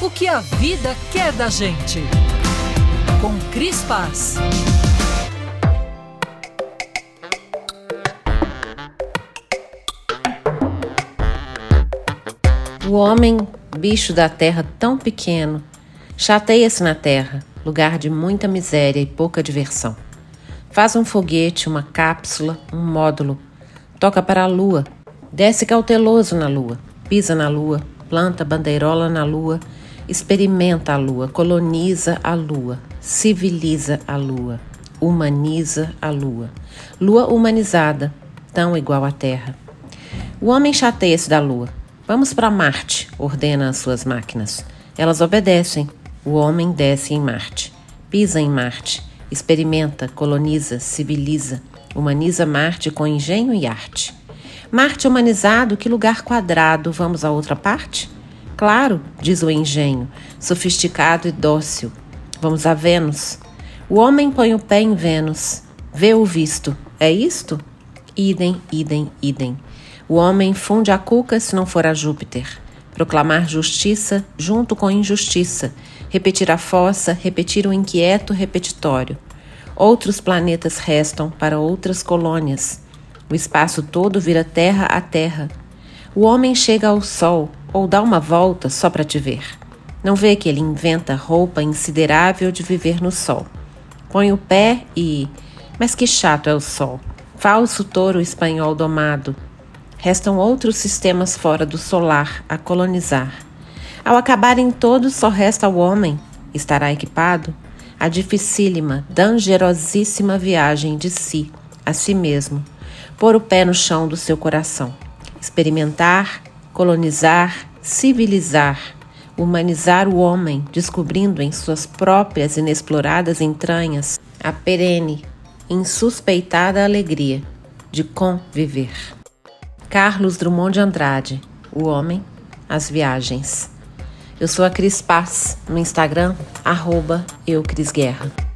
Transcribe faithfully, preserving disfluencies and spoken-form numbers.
O que a vida quer da gente. Com Cris Paz. O homem, bicho da terra tão pequeno, chateia-se na terra, lugar de muita miséria e pouca diversão. Faz um foguete, uma cápsula, um módulo, toca para a lua, desce cauteloso na lua, pisa na lua, planta bandeirola na lua, experimenta a lua, coloniza a lua, civiliza a lua, humaniza a lua. Lua humanizada, tão igual à terra. O homem chateia-se da lua. Vamos para Marte, ordena as suas máquinas. Elas obedecem. O homem desce em Marte, pisa em Marte, experimenta, coloniza, civiliza, humaniza Marte com engenho e arte. Marte humanizado, que lugar quadrado, vamos a outra parte? Claro, diz o engenho, sofisticado e dócil. Vamos a Vênus. O homem põe o pé em Vênus, vê o visto. É isto? Idem, idem, idem. O homem funde a cuca se não for a Júpiter. Proclamar justiça junto com injustiça. Repetir a fossa, repetir o inquieto repetitório. Outros planetas restam para outras colônias. O espaço todo vira terra a terra. O homem chega ao sol ou dá uma volta só para te ver. Não vê que ele inventa roupa insiderável de viver no sol. Põe o pé e... Mas que chato é o sol. Falso touro espanhol domado. Restam outros sistemas fora do solar a colonizar. Ao acabarem todos, só resta o homem. Estará equipado? A dificílima, dangerosíssima viagem de si, a si mesmo. Pôr o pé no chão do seu coração. Experimentar, colonizar, civilizar. Humanizar o homem, descobrindo em suas próprias inexploradas entranhas a perene, insuspeitada alegria de conviver. Carlos Drummond de Andrade, O Homem, As Viagens. Eu sou a Cris Paz, no Instagram, arroba eu Cris Guerra.